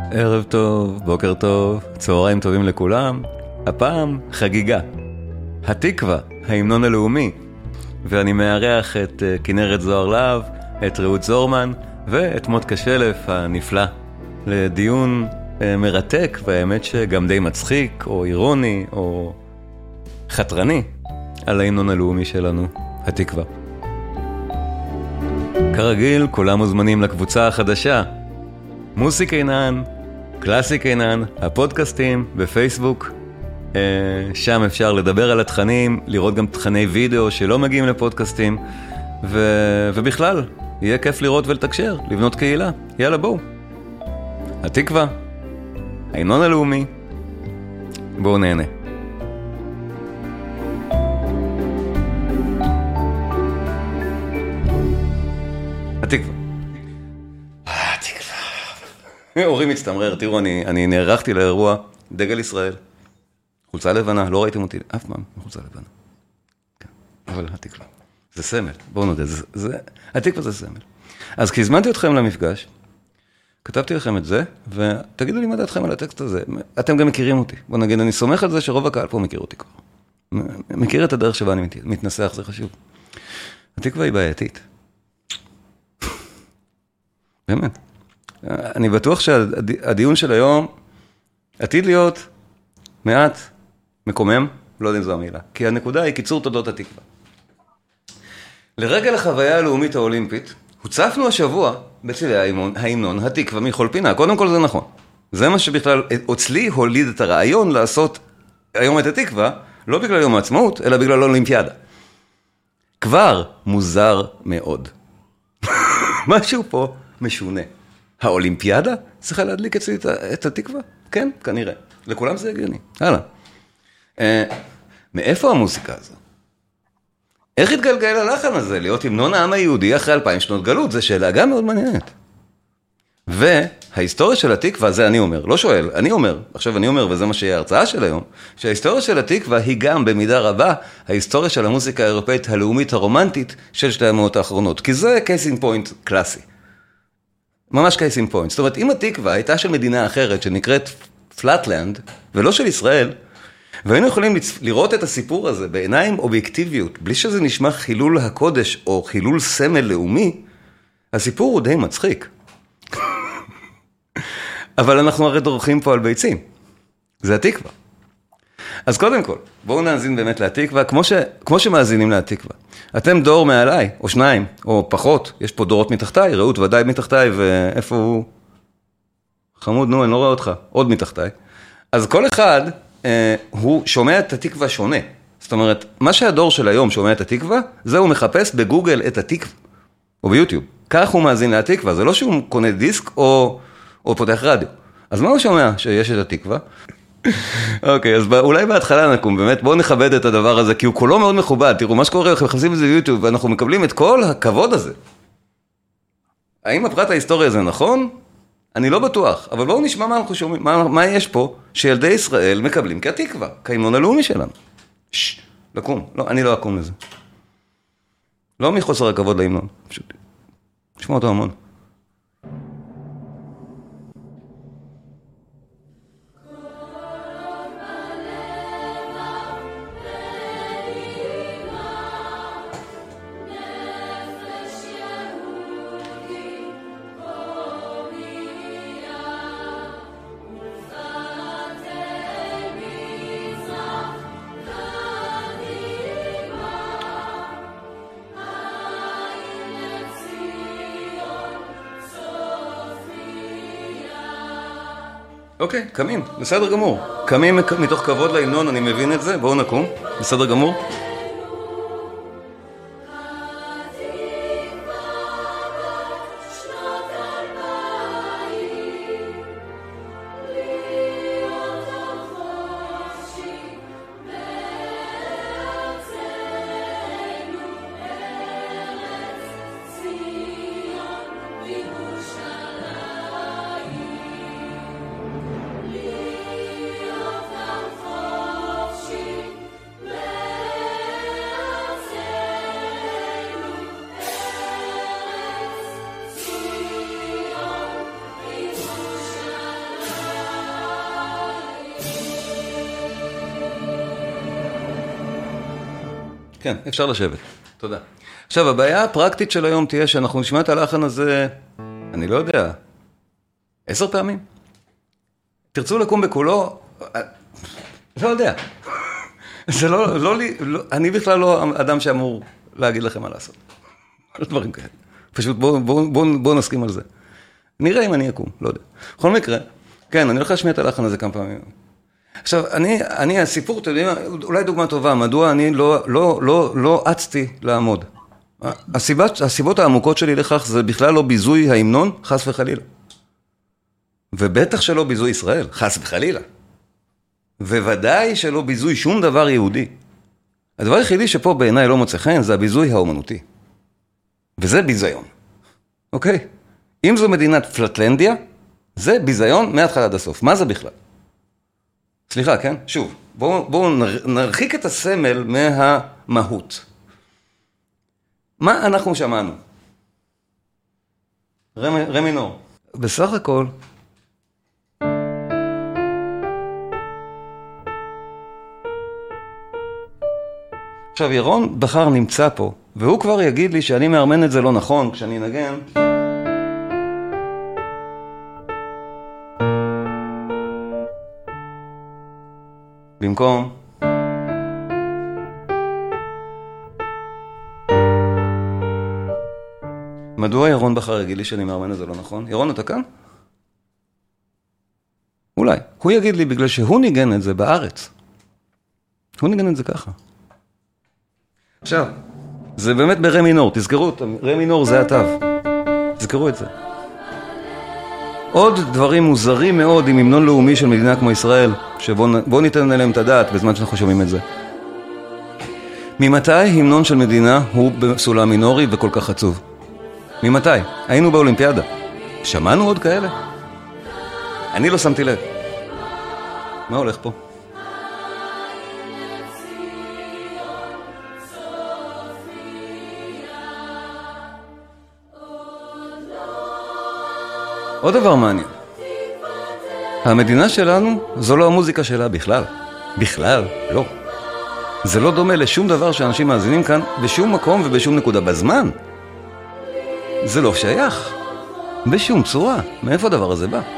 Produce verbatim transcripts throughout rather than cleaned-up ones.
ערב טוב, בוקר טוב, צהריים טובים לכולם. הפעם חגיגה. התקווה, ההמנון הלאומי. ואני מארח את כנרת זוהר להב, את רעות זורמן ואת מות כשלף הנפלא. לדיון מרתק, והאמת שגם די מצחיק, או אירוני, או חתרני, על ההמנון הלאומי שלנו, התקווה. כרגיל, כולם מוזמנים לקבוצה החדשה. מוסיק אינן, קלאסיק אינן, הפודקאסטים בפייסבוק. שם אפשר לדבר על התכנים, לראות גם תכני וידאו שלא מגיעים לפודקאסטים. ו... ובכלל, יהיה כיף לראות ולתקשר, לבנות קהילה. יאללה בואו. התקווה, ההמנון הלאומי. בואו נהנה. התקווה. התקווה. אורי מצטמרר, תראו, אני, אני נערכתי לאירוע דגל ישראל. חולצה לבנה, לא ראיתם אותי אף פעם, חולצה לבנה. כן, אבל התקווה. זה סמל, בואו נודה, זה, זה, התקווה זה סמל. אז כשהזמנתי אתכם למפגש, כתבתי לכם את זה, ותגידו לי מה דעתכם על הטקסט הזה. אתם גם מכירים אותי. בואו נגיד, אני סומך על זה שרוב הקהל פה מכיר אותי כבר. מכיר את הדרך שבה אני מתנסח, זה חשוב. התקווה היא בעייתית. באמת. אני בטוח שהדיון של היום עתיד להיות מעט מקומם, לא יודע אם זו המילה, כי הנקודה היא קיצור תולדות התקווה. לרגל החוויה הלאומית האולימפית, הוצפנו השבוע בצלילי ההמנון התקווה מכל פינה. קודם כל זה נכון. זה מה שבכלל אצלי הוליד את הרעיון לעשות היום את התקווה, לא בגלל יום העצמאות, אלא בגלל האולימפיאדה. כבר מוזר מאוד. משהו פה משונה. האולימפיאדה צריכה להדליק אצלי את התקווה? כן, כנראה. לכולם זה הגיוני. הלאה. מאיפה המוזיקה הזו? איך התגלגל הלחן הזה להיות המנון העם היהודי אחרי אלפיים שנות גלות? זו שאלה גם מאוד מעניינת. וההיסטוריה של התקווה, זה אני אומר, לא שואל, אני אומר, עכשיו אני אומר, וזה מה שיהיה ההרצאה של היום, שההיסטוריה של התקווה היא גם במידה רבה ההיסטוריה של המוזיקה האירופאית הלאומית הרומנטית של שתי המאות האחרונות, כי זה קייסינג פוינט קלאסי. ממש קייסינג פוינט. זאת אומרת, אם התקווה הייתה של מדינה אחרת שנקראת פלטלנד, ולא של ישראל, והיינו יכולים לראות את הסיפור הזה בעיניים אובייקטיביות, בלי שזה נשמע חילול הקודש או חילול סמל לאומי, הסיפור הוא די מצחיק. אבל אנחנו הרי דורכים פה על ביצים. זה התקווה. אז קודם כל, בואו נאזין באמת להתקווה, כמו, ש... כמו שמאזינים להתקווה. אתם דור מעליי, או שניים, או פחות, יש פה דורות מתחתיי, רעות ודאי מתחתיי, ואיפה הוא? חמוד, נו, אני לא רואה אותך, עוד מתחתיי. אז כל אחד, אה, הוא שומע את התקווה שונה. זאת אומרת, מה שהדור של היום שומע את התקווה, זה הוא מחפש בגוגל את התקווה, או ביוטיוב. כך הוא מאזין להתקווה, זה לא שהוא קונה דיסק או, או פותח רדיו. אז מה הוא שומע שיש את התקווה? אוקיי, אז אולי בהתחלה נקום, באמת, בואו נכבד את הדבר הזה, כי הוא כולו מאוד מכובד. תראו, מה שקורה, אנחנו מחפשים את זה ביוטיוב, ואנחנו מקבלים את כל הכבוד הזה. האם הפרט ההיסטורי הזה נכון? אני לא בטוח, אבל בואו נשמע מה אנחנו שומעים, מה, מה יש פה שילדי ישראל מקבלים כתקווה, כהמנון הלאומי שלנו. שש, לקום. לא, אני לא אקום לזה. לא מחוסר הכבוד להמנון, פשוט. נשמע אותו המון. אוקיי, קמים, בסדר גמור. קמים מתוך כבוד להמנון, אני מבין את זה, בואו נקום, בסדר גמור. כן, אפשר לשבת. תודה. עכשיו, הבעיה הפרקטית של היום תהיה שאנחנו נשמע את הלחן הזה, אני לא יודע, עשר פעמים. תרצו לקום בכולו, לא יודע. זה לא, לא לי, לא, אני בכלל לא אדם שאמור להגיד לכם מה לעשות. דברים כאלה. פשוט בואו בוא, בוא, בוא נסכים על זה. נראה אם אני אקום, לא יודע. בכל מקרה, כן, אני הולך להשמיע את הלחן הזה כמה פעמים. עכשיו, אני, אני, הסיפור, אתם יודעים, אולי דוגמה טובה, מדוע אני לא, לא, לא, לא עצתי לעמוד. הסיבות, הסיבות העמוקות שלי לכך זה בכלל לא ביזוי ההמנון, חס וחלילה. ובטח שלא ביזוי ישראל, חס וחלילה. וודאי שלא ביזוי שום דבר יהודי. הדבר היחידי שפה בעיניי לא מוצא חן זה הביזוי האומנותי. וזה ביזיון. אוקיי? אם זו מדינת פלטלנדיה, זה ביזיון מההתחלה עד הסוף. מה זה בכלל? סליחה, כן? שוב, בואו בוא נרחיק את הסמל מהמהות. מה אנחנו שמענו? רמי, רמי נור. בסך הכל, עכשיו, ירון בחר נמצא פה, והוא כבר יגיד לי שאני מארמן את זה לא נכון, כשאני נגן. במקום. מדוע ירון בחר יגיד לי שאני מארמן את זה לא נכון? ירון, אתה כאן? אולי. הוא יגיד לי בגלל שהוא ניגן את זה בארץ. הוא ניגן את זה ככה. עכשיו, זה באמת ברמי נור, תזכרו, רמי נור זה התו, תזכרו את זה. עוד דברים מוזרים מאוד עם המנון לאומי של מדינה כמו ישראל, שבואו ניתן עליהם את הדעת בזמן שאנחנו שומעים את זה. ממתי המנון של מדינה הוא בסולם מינורי וכל כך עצוב? ממתי? היינו באולימפיאדה. שמענו עוד כאלה? אני לא שמתי לב. מה הולך פה? עוד דבר מעניין. המדינה שלנו זו לא המוזיקה שלה בכלל. בכלל, לא. זה לא דומה לשום דבר שאנשים מאזינים כאן בשום מקום ובשום נקודה בזמן. זה לא שייך. בשום צורה. מאיפה הדבר הזה בא?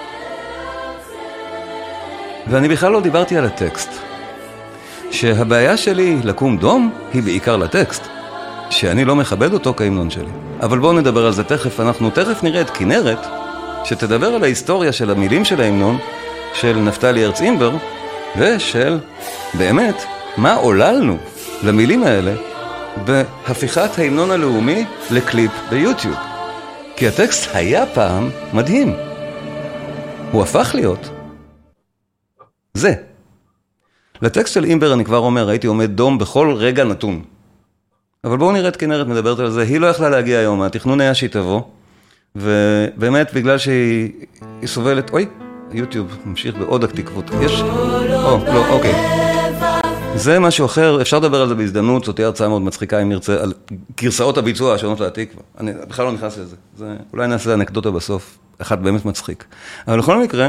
ואני בכלל לא דיברתי על הטקסט. שהבעיה שלי לקום דום היא בעיקר לטקסט. שאני לא מכבד אותו כהמנון שלי. אבל בואו נדבר על זה תכף. אנחנו תכף נראה את כנרת, שתדבר על ההיסטוריה של המילים של ההמנון, של נפתלי הרץ אימבר, ושל, באמת, מה עוללנו למילים האלה בהפיכת ההמנון הלאומי לקליפ ביוטיוב. כי הטקסט היה פעם מדהים. הוא הפך להיות זה. לטקסט של אימבר אני כבר אומר, הייתי עומד דום בכל רגע נתון. אבל בואו נראה את כנרת מדברת על זה. היא לא יכלה להגיע היום, התכנון היה שהיא תבוא, ובאמת בגלל שהיא סובלת, אוי, יוטיוב ממשיך בעוד התקוות. יש, או, לא, אוקיי. זה משהו אחר, אפשר לדבר על זה בהזדמנות, זאת תהיה הרצאה מאוד מצחיקה אם נרצה, על גרסאות הביצוע השונות להתקווה. אני בכלל לא נכנס לזה. זה, אולי נעשה אנקדוטה בסוף, אחד באמת מצחיק. אבל לכל מקרה,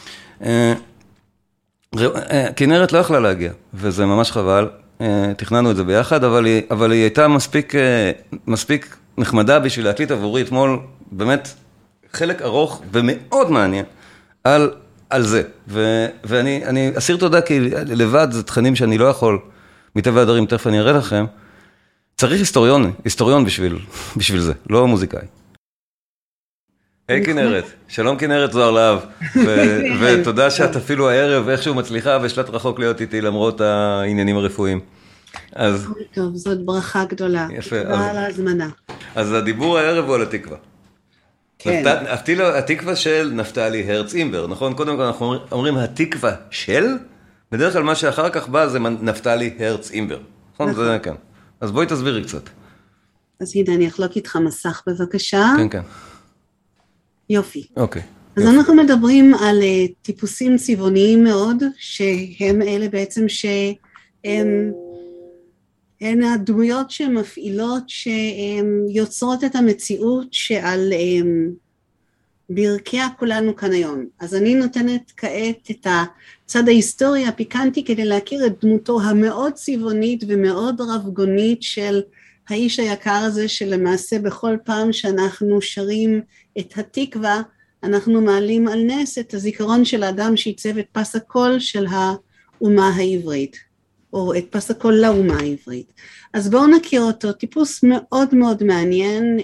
כנרת לא יכלה להגיע, וזה ממש חבל. תכננו את זה ביחד, אבל היא, אבל היא הייתה מספיק, מספיק נחמדה בשביל להקליט עבורי אתמול, באמת חלק ארוך ומאוד מעניין על, על זה. ו, ואני, אני אסיר תודה כי לבד זה תכנים שאני לא יכול, מטבע הדברים, תכף אני אראה לכם, צריך היסטוריון, היסטוריון בשביל, בשביל זה, לא מוזיקאי. היי כנרת, שלום כנרת זוהר להב, ותודה שאת אפילו הערב איכשהו מצליחה ושלט רחוק להיות איתי למרות העניינים הרפואיים. אז טוב, זאת ברכה גדולה. יפה. תודה על ההזמנה. אז הדיבור הערב הוא על התקווה. כן. התקווה של נפתלי הרץ אימבר, נכון? קודם כל אנחנו אומרים התקווה של, בדרך כלל מה שאחר כך בא זה נפתלי הרץ אימבר. נכון? זה כן. אז בואי תסבירי קצת. אז הנה, אני אחלוק איתך מסך בבקשה. כן, כן. יופי. אוקיי. אז יופי. אנחנו מדברים על uh, טיפוסים צבעוניים מאוד, שהם אלה בעצם שהם הן הדמויות שמפעילות, שהן יוצרות את המציאות שעל, um, ברכיה כולנו כאן היום. אז אני נותנת כעת את הצד ההיסטורי הפיקנטי כדי להכיר את דמותו המאוד צבעונית ומאוד רבגונית של האיש היקר הזה, שלמעשה בכל פעם שאנחנו שרים את התקווה, אנחנו מעלים על נס את הזיכרון של האדם שעיצב את פס הקול של האומה העברית, או את פס הקול לאומה העברית. אז בואו נכיר אותו, טיפוס מאוד מאוד מעניין,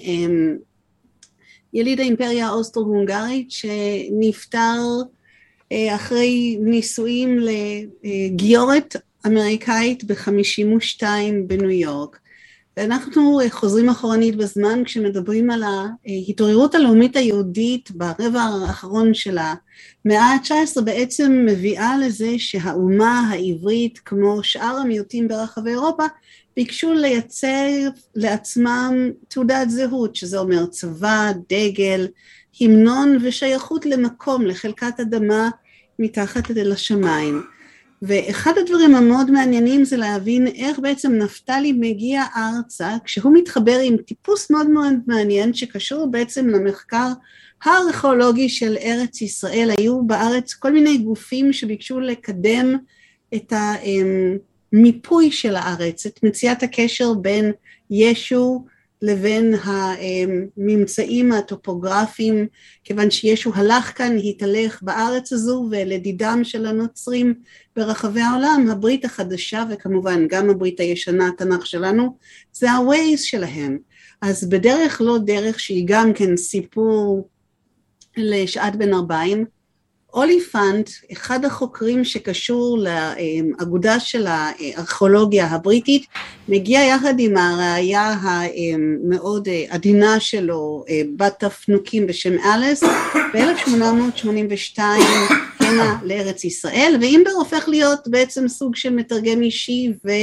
יליד האימפריה האוסטרו-הונגרית שנפטר אחרי נישואים לגיורת אמריקאית ב-חמישים ושתיים בניו יורק. ואנחנו חוזרים אחורנית בזמן כשמדברים על ההתעוררות הלאומית היהודית ברבע האחרון של המאה ה-תשע עשרה, בעצם מביאה לזה שהאומה העברית כמו שאר המיעוטים ברחבי אירופה ביקשו לייצר לעצמם תעודת זהות, שזה אומר צבא, דגל, המנון ושייכות למקום, לחלקת אדמה מתחת לשמיים. ואחד הדברים המאוד מעניינים זה להבין איך בעצם נפתלי מגיע ארצה, כשהוא מתחבר עם טיפוס מאוד מאוד מעניין שקשור בעצם למחקר הארכיאולוגי של ארץ ישראל. היו בארץ כל מיני גופים שביקשו לקדם את המיפוי של הארץ, את מציאת הקשר בין ישו לבין הממצאים הטופוגרפיים, כיוון שישו הלך כאן, התהלך בארץ הזו, ולדידם של הנוצרים ברחבי העולם, הברית החדשה, וכמובן גם הברית הישנה, התנ"ך שלנו, זה ה-Waze שלהם. אז בדרך לא דרך, שהיא גם כן סיפור לשעת בין ארבעים, אוליפנט, אחד החוקרים שקשור לאגודה של הארכיאולוגיה הבריטית, מגיע יחד עם הראייה המאוד עדינה שלו, בת תפנוקים בשם אליס, ב-אלף שמונה מאות שמונים ושתיים הנה לארץ ישראל, ואימבר הופך להיות בעצם סוג של מתרגם אישי ו...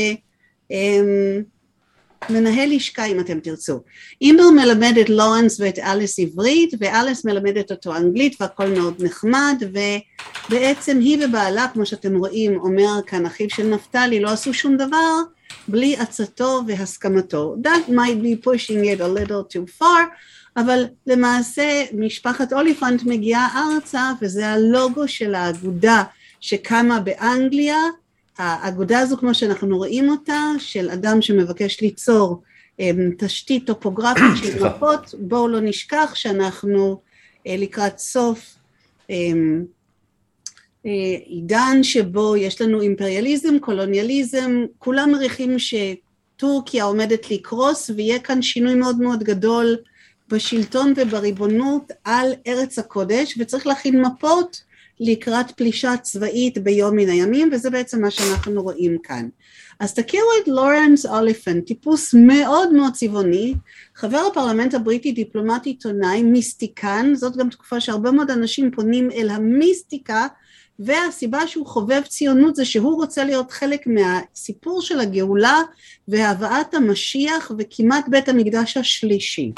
מנהל לשכה אם אתם תרצו. אימבר מלמד את לורנס ואת אליס עברית, ואליס מלמדת אותו אנגלית, והכל מאוד נחמד, ובעצם היא ובעלה, כמו שאתם רואים, אומר כאן אחיו של נפתלי, לא עשו שום דבר בלי עצתו והסכמתו. That might be pushing it a little too far, אבל למעשה משפחת אוליפנט מגיעה ארצה, וזה הלוגו של האגודה שקמה באנגליה. האגודה הזו, כמו שאנחנו רואים אותה, של אדם שמבקש ליצור תשתית טופוגרפית של מפות, בואו לא נשכח שאנחנו לקראת סוף עידן שבו יש לנו אימפריאליזם, קולוניאליזם, כולם מריחים שטורקיה עומדת לקרוס, ויהיה כאן שינוי מאוד מאוד גדול בשלטון ובריבונות על ארץ הקודש, וצריך להכין מפות לקראת פלישה צבאית ביום מן הימים, וזה בעצם מה שאנחנו רואים כאן. אז תכירו את לורנס אוליפנט, טיפוס מאוד מאוד צבעוני, חבר הפרלמנט הבריטי, דיפלומט עיתונאי, מיסטיקן, זאת גם תקופה שהרבה מאוד אנשים פונים אל המיסטיקה, והסיבה שהוא חובב ציונות זה שהוא רוצה להיות חלק מהסיפור של הגאולה, והבאת המשיח וכמעט בית המקדש השלישי.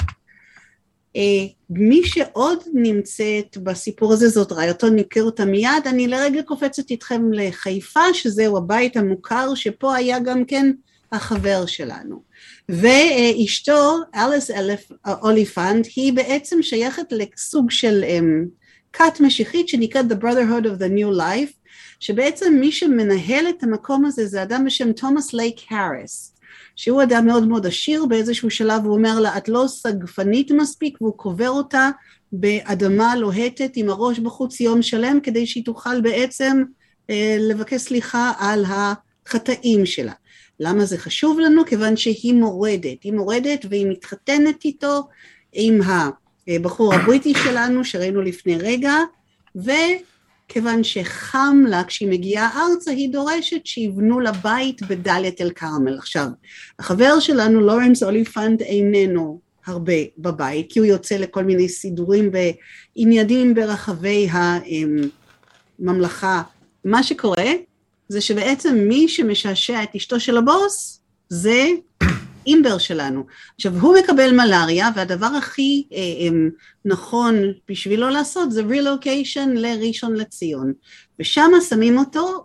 מי שעוד נמצאת בסיפור הזה, זאת רעייתו, נכיר אותה מיד, אני לרגע קופצת איתכם לחיפה, שזהו הבית המוכר, שפה היה גם כן החבר שלנו. ואשתו, אליס אוליפנט, היא בעצם שייכת לסוג של כת משיחית, שנקראת The Brotherhood of the New Life, שבעצם מי שמנהל את המקום הזה, זה אדם בשם תומאס לייק האריס, שהוא אדם מאוד מאוד עשיר, באיזשהו שלב הוא אומר לה, את לא סגפנית מספיק, והוא קובר אותה באדמה לוהטת עם הראש בחוץ יום שלם, כדי שהיא תוכל בעצם אה, לבקש סליחה על החטאים שלה. למה זה חשוב לנו? כיוון שהיא מורדת, היא מורדת והיא מתחתנת איתו, עם הבחור הבריטי שלנו, שראינו לפני רגע, ו... כיוון שחם לה, כשהיא מגיעה ארצה, היא דורשת שיבנו לה בית בדליית אל כרמל. עכשיו, החבר שלנו, לורנס אוליפנט, איננו הרבה בבית, כי הוא יוצא לכל מיני סידורים ועניינים ברחבי הממלכה. מה שקורה, זה שבעצם מי שמשעשע את אשתו של הבוס, זה אימבר שלנו. עכשיו, הוא מקבל מלריה, והדבר הכי אה, אה, נכון בשבילו לעשות, זה רילוקיישן לראשון לציון. ושם שמים אותו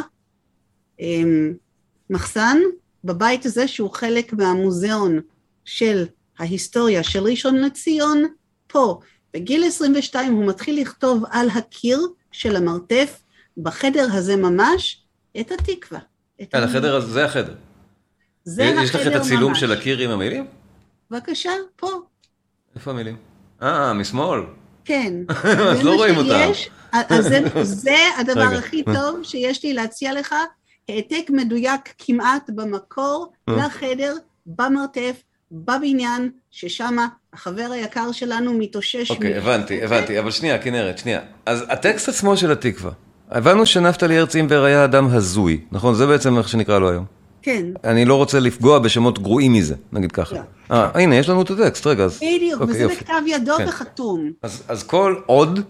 במחסן, בבית הזה שהוא חלק מהמוזיאון של ההיסטוריה של ראשון לציון, פה בגיל עשרים ושתיים הוא מתחיל לכתוב על הקיר של המרתף, בחדר הזה ממש, את התקווה. את על החדר הזה, זה החדר. זה החדר ממש. יש לך את הצילום של הקיר עם המילים? בבקשה, פה. איפה המילים? אה, משמאל. כן. אז לא רואים אותם. אז זה, זה הדבר הכי טוב שיש לי להציע לך, העתק מדויק כמעט במקור, לחדר, במרתף, בבניין, ששם החבר היקר שלנו מתאושש. אוקיי, הבנתי, הבנתי, אבל שנייה, כנרת, שנייה. אז הטקסט עצמו של התקווה, הבנו שנפתלי הרץ אימבר היה אדם הזוי, נכון? זה בעצם איך שנקרא לו היום. כן. אני לא רוצה לפגוע בשמות גרועים מזה, נגיד ככה. אה, הנה, יש לנו את הטקסט, רגע, אז... בדיוק, וזה בכתב ידו וחתום. אז כל עוד,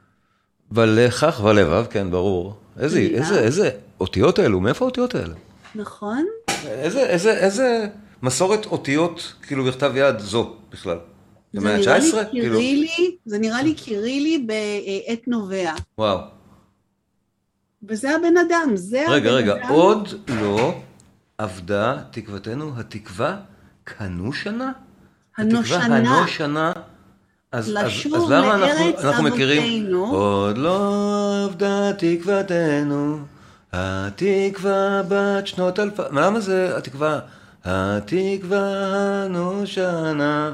ולכך ולבב, כן, ברור. איזה אותיות האלו, מאיפה האותיות האלה? נכון. איזה מסורת אותיות, כאילו, בכתב יד זו בכלל? במאה ה-תשע עשרה? זה נראה לי קירילי בעת נובע. וואו. וזה הבן אדם, זה הבן אדם. רגע, רגע, עוד לא עבדה תקוותנו, התקווה קנו שנה? הנושנה. התקווה הנושנה. אז למה אנחנו מכירים? עוד לא עבדה תקוותנו, התקווה בת שנות אלפי... למה זה התקווה? התקווה הנושנה.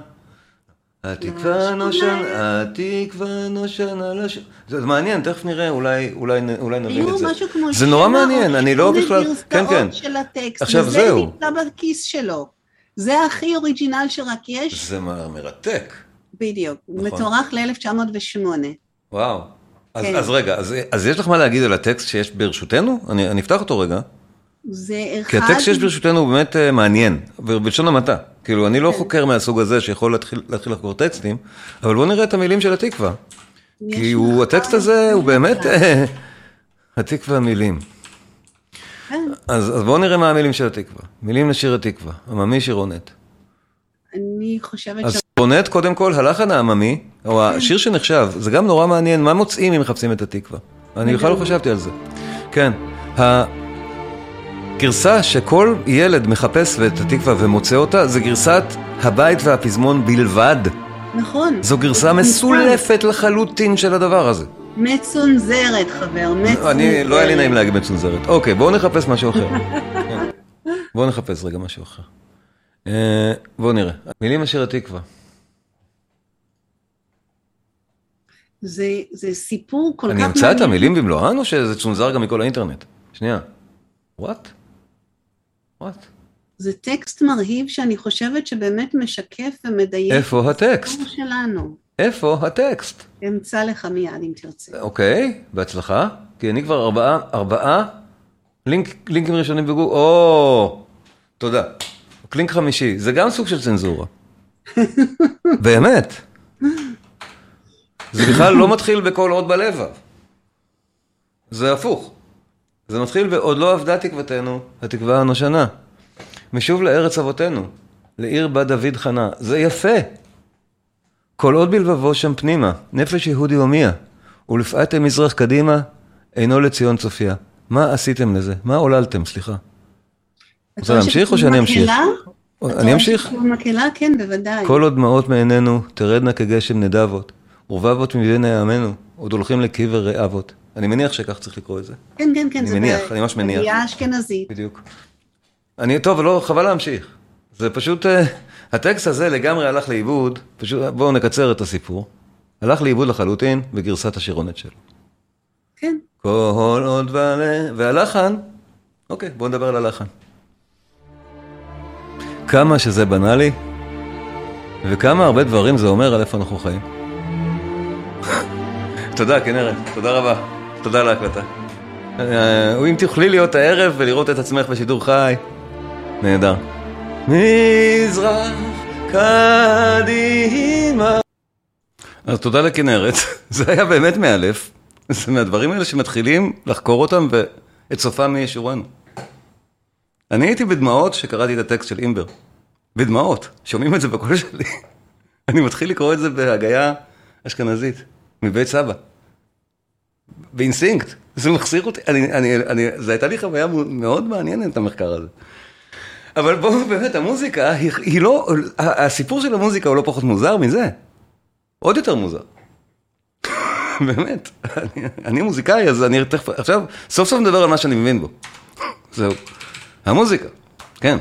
התקווה נושנה, התקווה נושנה, זה מעניין, תכף נראה, אולי נבין את זה. זה נורא מעניין, אני לא בכלל, כן, כן. עכשיו זהו. זה נמצא בכיס שלו, זה הכי אוריג'ינל שרק יש. זה מרתק. בדיוק, מתוארך ל-אלף תשע מאות ושמונה. וואו, אז רגע, אז יש לך מה להגיד על הטקסט שיש ברשותנו? אני אפתח אותו רגע. זה אחד... כי הטקסט שיש ברשותנו הוא באמת מעניין, ובלשון המעטה. כאילו, אני לא חוקר מהסוג הזה שיכול להתחיל לחקור טקסטים, אבל בואו נראה את המילים של התקווה. כי הטקסט הזה הוא באמת התקווה המילים. אז בואו נראה מה המילים של התקווה. מילים לשיר התקווה, עממי שירונט. אני חושבת ש... אז שירונט, קודם כל, הלחן העממי, או השיר שנחשב, זה גם נורא מעניין, מה מוצאים אם מחפשים את התקווה? אני בכלל לא חשבתי על זה. כן, גרסה שכל ילד מחפש את התקווה ומוצא אותה, זה גרסת הבית והפזמון בלבד. נכון. זו גרסה מסולפת לחלוטין של הדבר הזה. מצונזרת, חבר, מצונזרת. אני, לא היה לי נעים להגיד מצונזרת. אוקיי, בואו נחפש משהו אחר. בואו נחפש רגע משהו אחר. בואו נראה. מילים השיר התקווה. זה, זה סיפור כל כך... אני אמצא את המילים במלואן, או שזה צונזר גם מכל האינטרנט? שנייה. What? What? זה טקסט מרהיב שאני חושבת שבאמת משקף ומדייק. איפה הטקסט? שלנו. איפה הטקסט? אמצא לך מיד אם תרצה. אוקיי, בהצלחה. כי אני כבר ארבעה, ארבעה לינק, לינקים ראשונים בגוגל. או, תודה. לינק חמישי. זה גם סוג של צנזורה. באמת. זה בכלל לא מתחיל בכל עוד בלבב. זה הפוך. זה מתחיל ועוד לא עבדה תקוותנו, התקווה הנושנה. משוב לארץ אבותינו, לעיר בה דוד חנה. זה יפה. כל עוד בלבבו שם פנימה, נפש יהודי הומיה, ולפעתם מזרח קדימה, אינו לציון צופיה. מה עשיתם לזה? מה עוללתם? סליחה. רוצה להמשיך או שאני אמשיך? אני אמשיך? מקהלה, כן, בוודאי. כל עוד דמעות מעינינו, תרדנה כגשם נדבות, ורבבות מבין העמנו, עוד הולכים לקבר רעבות. אני מניח שכך צריך לקרוא את זה. כן, כן, כן. אני מניח, אני ממש מניח. בגיעה אשכנזית. בדיוק. אני, טוב, לא, חבל להמשיך. זה פשוט, הטקסט הזה לגמרי הלך לאיבוד, פשוט, בואו נקצר את הסיפור. הלך לאיבוד לחלוטין בגרסת השירונת שלו. כן. כל עוד ועלה, והלחן, אוקיי, בואו נדבר על הלחן. כמה שזה בנאלי, וכמה הרבה דברים זה אומר על איפה אנחנו חיים. תודה, כנרת, תודה רבה. תודה להקלטה. אם תוכלי להיות הערב ולראות את עצמך בשידור חי, נהדר. מזרח קדימה. אז תודה לכנרת, זה היה באמת מאלף. זה מהדברים האלה שמתחילים לחקור אותם ואת סופם מישורנו. אני הייתי בדמעות שקראתי את הטקסט של אימבר. בדמעות, שומעים את זה בקול שלי. אני מתחיל לקרוא את זה בהגייה אשכנזית, מבית סבא. באינסטינקט, זה מחסיר אותי, אני, אני, אני, זה הייתה לי חוויה מאוד מעניינת, המחקר הזה. אבל בואו, באמת, המוזיקה, היא, היא לא, הסיפור של המוזיקה הוא לא פחות מוזר מזה. עוד יותר מוזר. באמת, אני, אני מוזיקאי, אז אני תכף, עכשיו, סוף סוף מדבר על מה שאני מבין בו. זהו, המוזיקה, כן.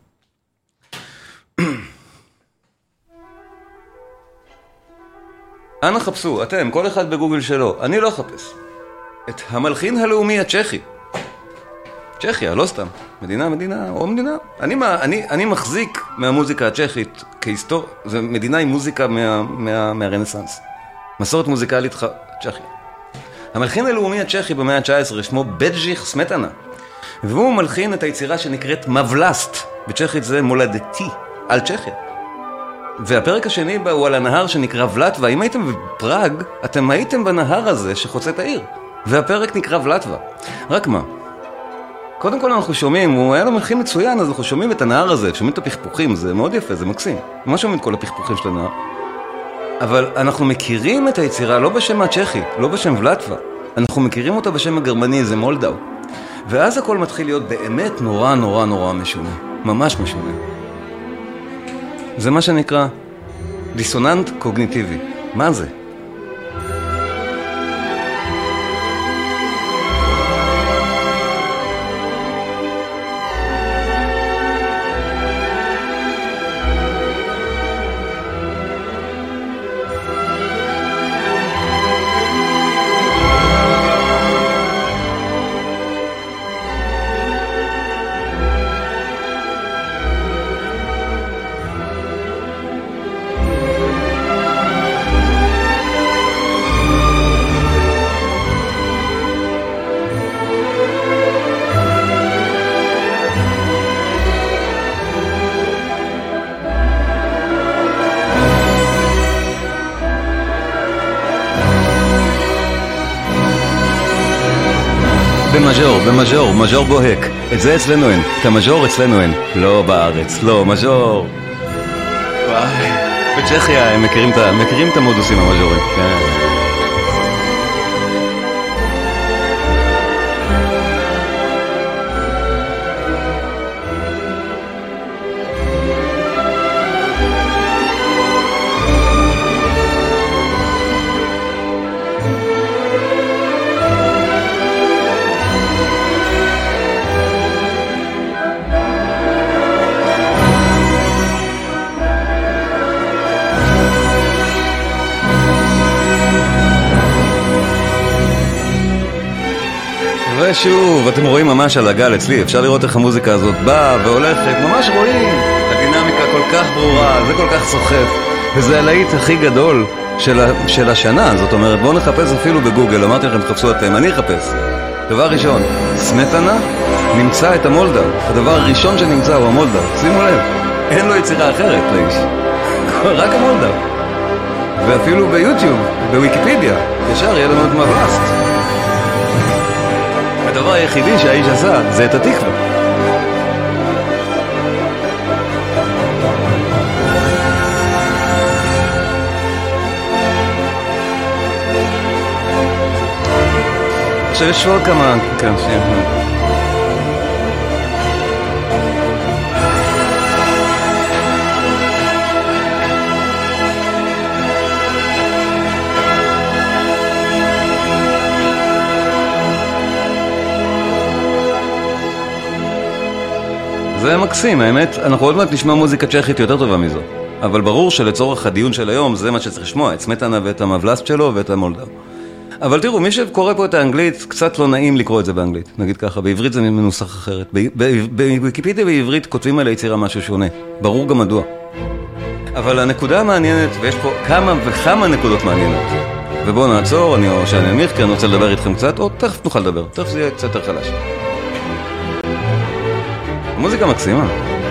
אנא חפשו, אתם, כל אחד בגוגל שלו, אני לא אחפש. את המלחין הלאומי הצ'כי. צ'כיה, לא סתם. מדינה, מדינה, או מדינה. אני, אני, אני מחזיק מהמוזיקה הצ'כית כהיסטוריה. זו מדינה עם מוזיקה מה, מה, מהרנסנס. מסורת מוזיקלית צ'כיה. המלחין הלאומי הצ'כי במאה ה-תשע עשרה שמו בדז'יך סמטנה. והוא מלחין את היצירה שנקראת מבלסט. בצ'כית זה מולדתי, על צ'כיה. והפרק השני בה הוא על הנהר שנקרא ולטווה. אם הייתם בפראג, אתם הייתם בנהר הזה שחוצה את העיר. והפרק נקרא ולטווה. רק מה? קודם כל אנחנו שומעים, הוא היה לו מלחין מצוין, אז אנחנו שומעים את הנהר הזה, שומעים את הפכפוכים, זה מאוד יפה, זה מקסים. מה שומעים את כל הפכפוכים של הנהר? אבל אנחנו מכירים את היצירה לא בשם הצ'כי, לא בשם ולטווה. אנחנו מכירים אותה בשם הגרמני, זה מולדאו. ואז הכל מתחיל להיות באמת נורא נורא נורא משונה. ממש משונה. זה מה שנקרא דיסוננט קוגניטיבי. מה זה? במז'ור, במז'ור, מז'ור בוהק. את זה אצלנו אין. את המז'ור אצלנו אין. לא בארץ, לא, מז'ור. וואי. בצ'כיה הם מכירים את, מכירים את המודוסים המז'ורים. כן. ושוב, אתם רואים ממש על הגל אצלי, אפשר לראות איך המוזיקה הזאת באה והולכת, ממש רואים, הדינמיקה כל כך ברורה, זה כל כך סוחף, וזה הלהיט הכי גדול של, ה, של השנה, זאת אומרת, בואו נחפש אפילו בגוגל, אמרתי לכם, תחפשו אתם, אני אחפש. דבר ראשון, סמטנה נמצא את המולדאו, הדבר הראשון שנמצא הוא המולדאו, שימו לב, אין לו יצירה אחרת לאיש, רק המולדאו. ואפילו ביוטיוב, בוויקיפדיה, ישר יהיה לנו את מבלסט. הדבר היחידי שהאיש עשה זה את התקווה. עכשיו יש עוד כמה כאן שהם זה מקסים, האמת, אנחנו עוד מעט נשמע מוזיקה צ'כית יותר טובה מזו. אבל ברור שלצורך הדיון של היום זה מה שצריך לשמוע, את סמטנה ואת המבלסט שלו ואת המולדאו. אבל תראו, מי שקורא פה את האנגלית, קצת לא נעים לקרוא את זה באנגלית, נגיד ככה, בעברית זה מנוסח אחרת. בוויקיפדיה בעברית כותבים על היצירה משהו שונה, ברור גם מדוע. אבל הנקודה המעניינת, ויש פה כמה וכמה נקודות מעניינות. ובואו נעצור, אני או שאני אמיר, כי אני רוצה לדבר איתכם קצת, או תכף נוכל לדבר, תכף זה יהיה קצת יותר חלש. מוזיקה מקסימה.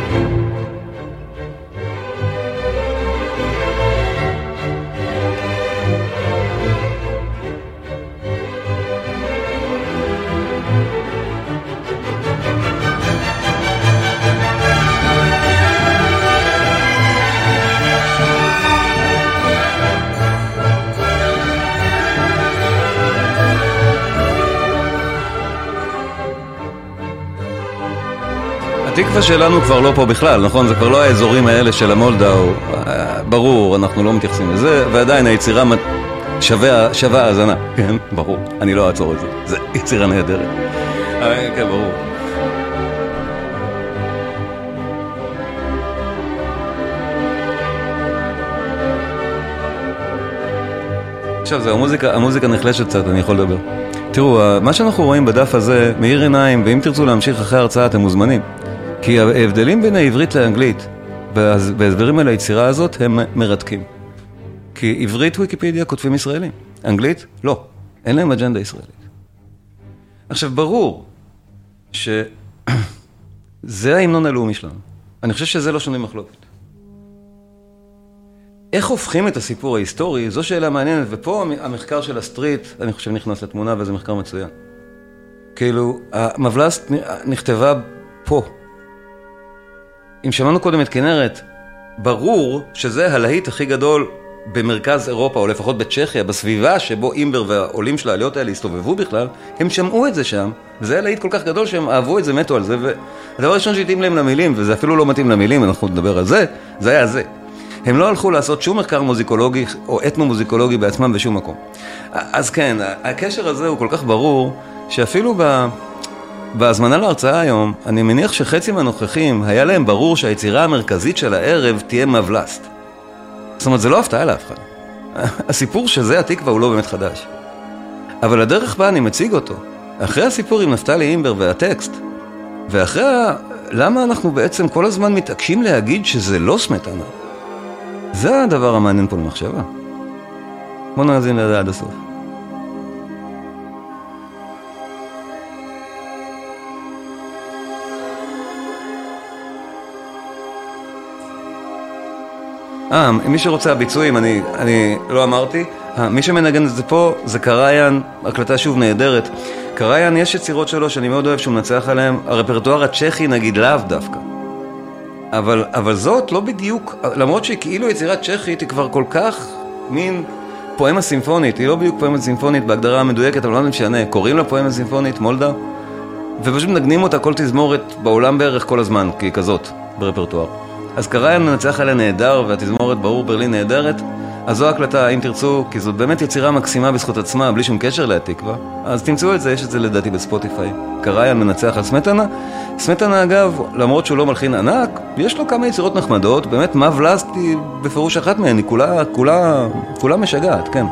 התקווה שלנו כבר לא פה בכלל, נכון? זה כבר לא האזורים האלה של המולדאו. ברור, אנחנו לא מתייחסים לזה, ועדיין היצירה שווה, שווה האזנה, כן, ברור, אני לא אעצור את זה, זה יצירה נהדרת. כן, ברור. עכשיו, זה המוזיקה, המוזיקה נחלשת קצת, אני יכול לדבר. תראו, מה שאנחנו רואים בדף הזה, מאיר עיניים, ואם תרצו להמשיך אחרי ההרצאה, אתם מוזמנים. כי ההבדלים בין העברית לאנגלית, בהסברים על היצירה הזאת, הם מרתקים. כי עברית ויקיפדיה כותבים ישראלים, אנגלית לא, אין להם אג'נדה ישראלית. עכשיו ברור שזה ההמנון הלאומי שלנו, אני חושב שזה לא שונה מחלוקת. איך הופכים את הסיפור ההיסטורי, זו שאלה מעניינת, ופה המחקר של הסטריט, אני חושב נכנס לתמונה וזה מחקר מצוין. כאילו, המבלסט נכתבה פה. אם שמענו קודם את כנרת, ברור שזה הלהיט הכי גדול במרכז אירופה, או לפחות בצ'כיה, בסביבה שבו אימבר והעולים של העליות האלה הסתובבו בכלל, הם שמעו את זה שם, וזה הלהיט כל כך גדול שהם אהבו את זה, מתו על זה, והדבר הראשון שהתאים להם למילים, וזה אפילו לא מתאים למילים, אנחנו נדבר על זה, זה היה זה. הם לא הלכו לעשות שום מחקר מוזיקולוגי או אתנו-מוזיקולוגי בעצמם בשום מקום. אז כן, הקשר הזה הוא כל כך ברור, שאפילו ב... בהזמנה להרצאה היום, אני מניח שחצי מהנוכחים היה להם ברור שהיצירה המרכזית של הערב תהיה מבלסט. זאת אומרת, זה לא הפתעה לאף אחד. הסיפור שזה התקווה הוא לא באמת חדש. אבל הדרך בה אני מציג אותו, אחרי הסיפור עם נפתלי אימבר והטקסט, ואחרי ה... למה אנחנו בעצם כל הזמן מתעקשים להגיד שזה לא סמטנה? זה הדבר המעניין פה למחשבה. בוא נאזין לזה עד הסוף. אה, מי שרוצה הביצועים, אני, אני לא אמרתי, אה, מי שמנגן את זה פה זה קריין, הקלטה שוב נהדרת. קריין, יש יצירות שלו שאני מאוד אוהב שהוא מנצח עליהם, הרפרטואר הצ'כי נגיד לאו דווקא. אבל, אבל זאת לא בדיוק, למרות שהיא כאילו יצירת צ'כית, היא כבר כל כך מין פואמה סימפונית, היא לא בדיוק פואמה סימפונית בהגדרה המדויקת, אבל לא משנה, קוראים לה פואמה סימפונית, מולדה, ופשוט מנגנים אותה כל תזמורת בעולם בערך כל הזמן, כי היא כזאת, ברפרטואר. אז קריין מנצח עליה נהדר, והתזמורת ברור ברלין נהדרת, אז זו הקלטה, אם תרצו, כי זאת באמת יצירה מקסימה בזכות עצמה, בלי שום קשר להתקווה, אז תמצאו את זה, יש את זה לדעתי בספוטיפיי. קריין מנצח על סמטנה. סמטנה אגב, למרות שהוא לא מלחין ענק, יש לו כמה יצירות נחמדות, באמת מה ולסט היא בפירוש אחת מהן, היא כולה, כולה, כולה משגעת, כן.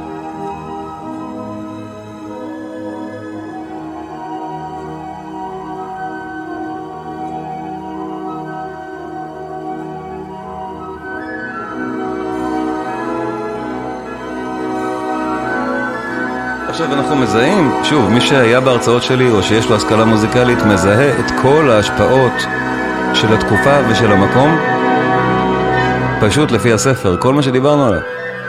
עכשיו אנחנו מזהים, שוב, מי שהיה בהרצאות שלי או שיש לו השכלה מוזיקלית מזהה את כל ההשפעות של התקופה ושל המקום פשוט לפי הספר, כל מה שדיברנו עליו.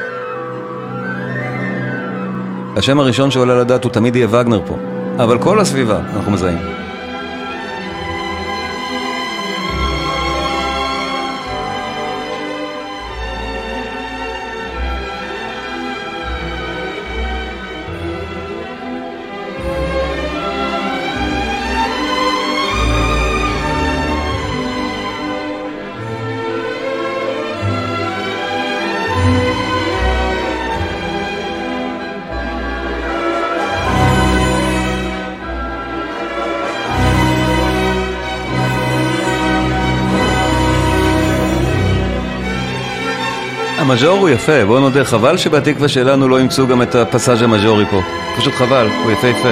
השם הראשון שעולה לדעת הוא תמיד יהיה וגנר פה, אבל כל הסביבה אנחנו מזהים. המז'ור הוא יפה, בואו נודה, חבל שבתקווה שלנו לא ימצאו גם את הפסאז' המז'ורי פה. פשוט חבל, הוא יפה יפה.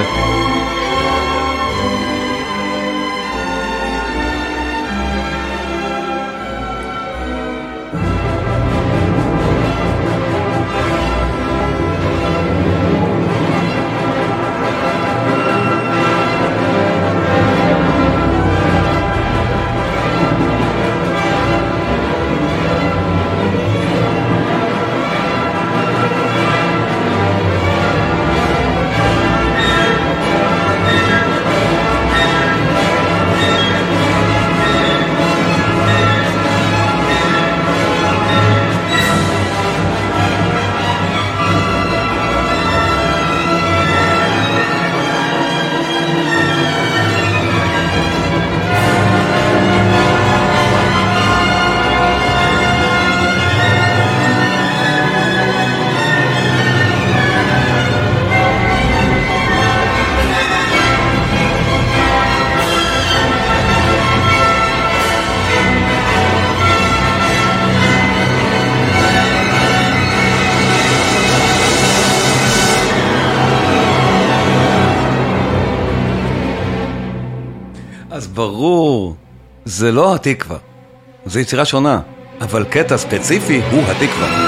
ברור, זה לא התקווה, זה יצירה שונה, אבל קטע ספציפי הוא התקווה.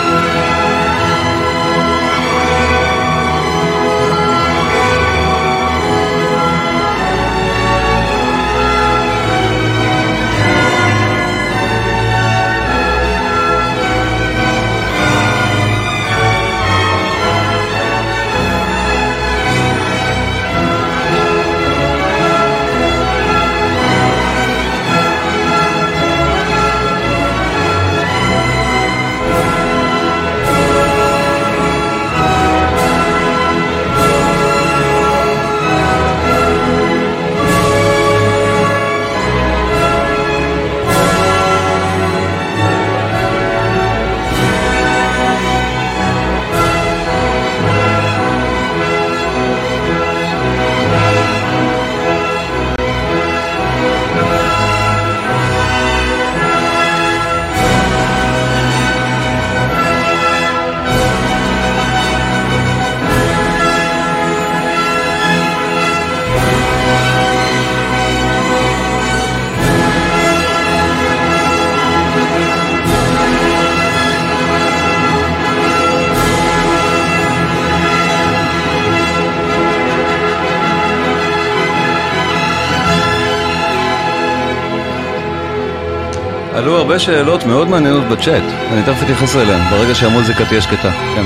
עלו הרבה שאלות מאוד מעניינות בצ'אט, אני תכף אתייחס אליהן, ברגע שהמוזיקה תהיה שקטה, כן.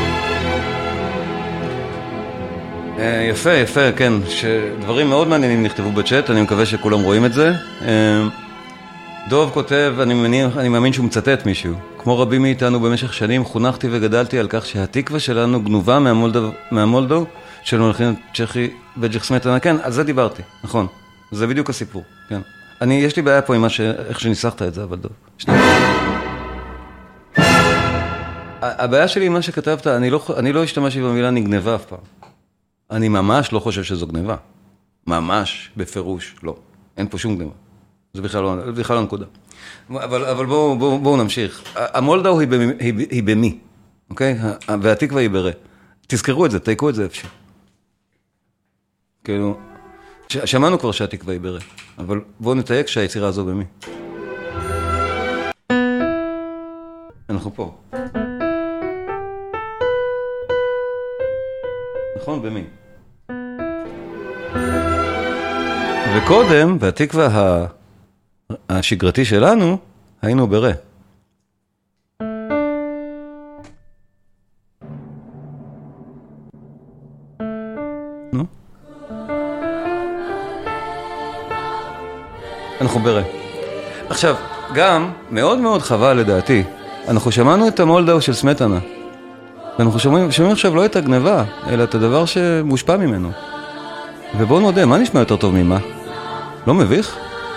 יפה, יפה, כן, שדברים מאוד מעניינים נכתבו בצ'אט, אני מקווה שכולם רואים את זה. דוב כותב, אני, מניח, אני מאמין שהוא מצטט מישהו, כמו רבים מאיתנו במשך שנים חונכתי וגדלתי על כך שהתקווה שלנו גנובה מהמולדו, מהמולדו של מלחין צ'כי וג'יך סמטנה, כן, על זה דיברתי, נכון, זה בדיוק הסיפור, כן. אני, יש לי בעיה פה עם ש... איך שניסחת את זה, אבל דוב. שנייה. הבעיה שלי עם מה שכתבת, אני לא, אני לא השתמשתי במילה נגנבה אף פעם. אני ממש לא חושב שזו גנבה. ממש, בפירוש, לא. אין פה שום גנבה. זה בכלל לא, בכלל לא נקודה. אבל, אבל בואו, בואו, בואו נמשיך. המולדאו היא, במי, היא, היא במי, אוקיי? והתקווה היא ברא. תזכרו את זה, תייקו את זה אפשר. כאילו... שמענו כבר שהתקווה היא ברא, אבל בואו נתייק שהיצירה הזו במי. אנחנו פה. נכון, במי. וקודם, והתקווה השגרתי שלנו, היינו ברא. נו? אנחנו ברא. עכשיו, גם מאוד מאוד חבל לדעתי, אנחנו שמענו את המולדאו של סמטנה, ואנחנו שומעים, שומעים עכשיו לא את הגנבה, אלא את הדבר שמושפע ממנו. ובואו נודה, מה נשמע יותר טוב ממה? לא מביך?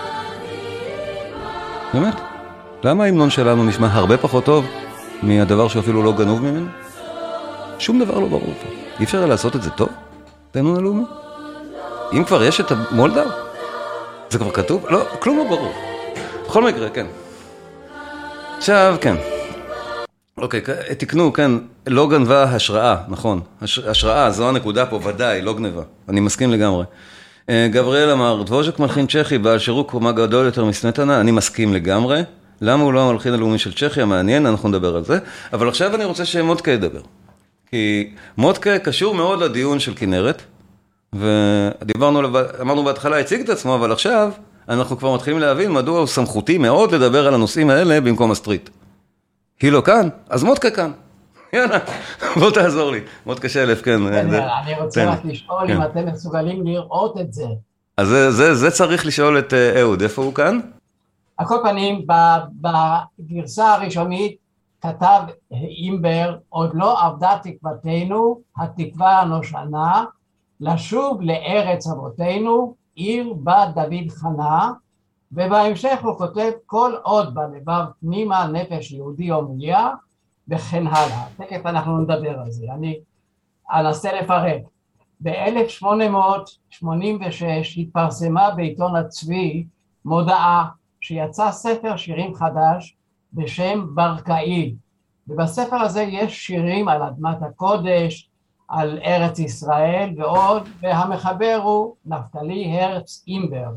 באמת? למה ההמנון שלנו נשמע הרבה פחות טוב מהדבר שאפילו לא גנוב ממנו? שום דבר לא ברור פה. אי אפשר לעשות את זה טוב? תהמנון הלאומי? אם כבר יש את המולדאו? זה כבר כתוב? לא, כלום לא ברור. בכל מקרה, כן. עכשיו, כן. אוקיי, תקנו, כן, לא גנבה השראה, נכון. השראה, זו הנקודה פה, ודאי, לא גנבה. אני מסכים לגמרי. גבריאל אמר, דבוז'ק מלחין צ'כי, בעל שירות קומה גדול יותר מסמטנה, אני מסכים לגמרי. למה הוא לא המלחין הלאומי של צ'כיה? מעניין, אנחנו נדבר על זה. אבל עכשיו אני רוצה שמודקה ידבר. כי מודקה קשור מאוד לדיון של כנרת, ודיברנו, אמרנו בהתחלה, הציג את עצמו, אבל עכשיו אנחנו כבר מתחילים להבין מדוע הוא סמכותי מאוד לדבר על הנושאים האלה במקום הסטריט. היא לא כאן, אז מודקה כאן. יאללה, בוא תעזור לי. מודקה שלף, כן. אני רוצה רק לשאול אם אתם מסוגלים לראות את זה. אז זה צריך לשאול את אהוד, איפה הוא כאן? על כל פנים, בגרסה הראשונית כתב אימבר, עוד לא עבדה תקוותנו, התקווה הנושנה, לשוב לארץ אבותינו, עיר בה דוד חנה, ובהמשך הוא כותב כל עוד בלבב פנימה נפש יהודי הומייה, וכן הלאה. תכף אנחנו נדבר על זה. אני אנסה לפרט. ב-אלף שמונה מאות שמונים ושש התפרסמה בעיתון הצבי מודעה שיצא ספר שירים חדש בשם ברקאי. ובספר הזה יש שירים על אדמת הקודש, על ארץ ישראל ועוד, והמחבר הוא נפתלי הרץ אימבר.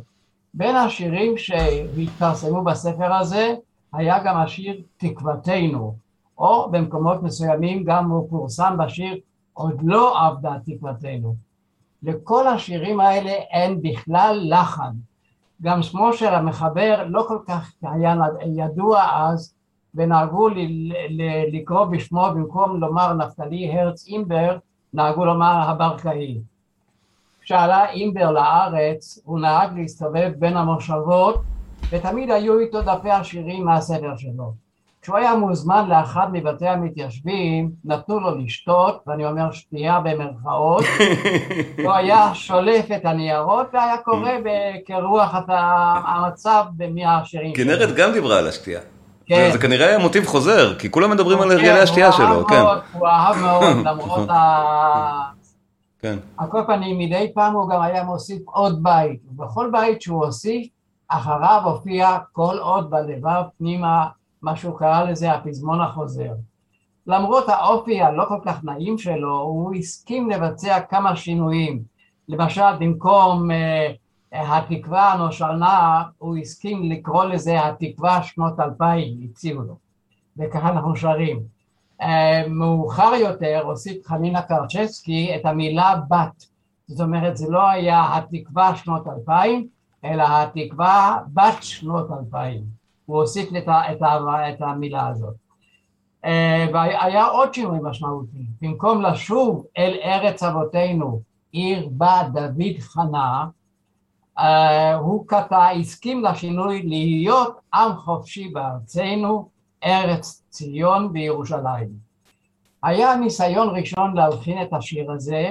בין השירים שהתפרסמו בספר הזה, היה גם השיר תקוותנו, או במקומות מסוימים גם הוא פורסם בשיר עוד לא עבדה תקוותנו. לכל השירים האלה אין בכלל לחן. גם שמו של המחבר לא כל כך היה ידוע אז, ונהגו לקרוא בשמו במקום לומר נפתלי הרץ אימבר, נהגו לומר הברקאי. כשעלה אימבר לארץ, הוא נהג להסתובב בין המושבות, ותמיד היו איתו דפי השירים מהספר שלו. כשהוא היה מוזמן לאחד מבתי המתיישבים, נתנו לו לשתות, ואני אומר שתייה במרכאות, הוא היה שולף את הניירות, והיה קורא כרוח המצב מהשירים שלו. כנרת גם דיברה על השתייה. כן. זה כנראה היה מוטיב חוזר, כי כולם מדברים על הרגלי השתייה שלו, כן. הוא אהב מאוד, למרות ה... כן. על כל פנים, מדי פעם הוא גם היה מוסיף עוד בית, ובכל בית שהוא הוסיף, אחריו הופיע כל עוד בלבב פנימה, מה שהוא קרא לזה הפזמון החוזר. למרות האופי הלא כל כך נעים שלו, הוא הסכים לבצע כמה שינויים. למשל, במקום uh, התקווה הנושנה, הוא הסכים לקרוא לזה התקווה שנות אלפיים, הציעו לו. וככה אנחנו שרים. Uh, מאוחר יותר הוסיף חנינה קרצ'בסקי את המילה בת. זאת אומרת, זה לא היה התקווה שנות אלפיים, אלא התקווה בת שנות אלפיים. הוא הוסיף את, את, את המילה הזאת. Uh, והיה עוד שינוי משמעותי. במקום לשוב אל ארץ אבותינו, עיר בה דוד חנה, uh, הוא כתב, הסכים לשינוי להיות עם חופשי בארצנו, ארץ ציון בירושלים. היה ניסיון ראשון להלחין את השיר הזה,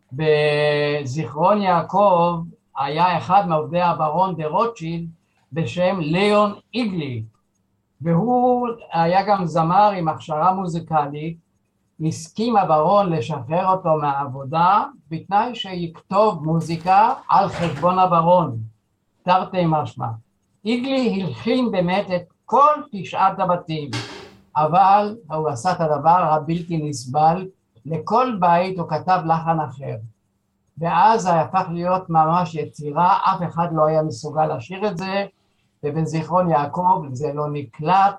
בזיכרון יעקב היה אחד מעובדי הברון דה רוטשילד בשם ליאון איגלי, והוא היה גם זמר עם הכשרה מוזיקלית. הסכים הברון לשחרר אותו מהעבודה בתנאי שיכתוב מוזיקה על חשבון הברון, תרתי משמע. איגלי הלחין באמת את כל תשעת הבתים, אבל הוא עשה את הדבר הבלתי נסבל, לכל בית הוא כתב לחן אחר. ואז זה הפך להיות ממש יצירה, אף אחד לא היה מסוגל לשיר את זה, ובזיכרון יעקב זה לא נקלט,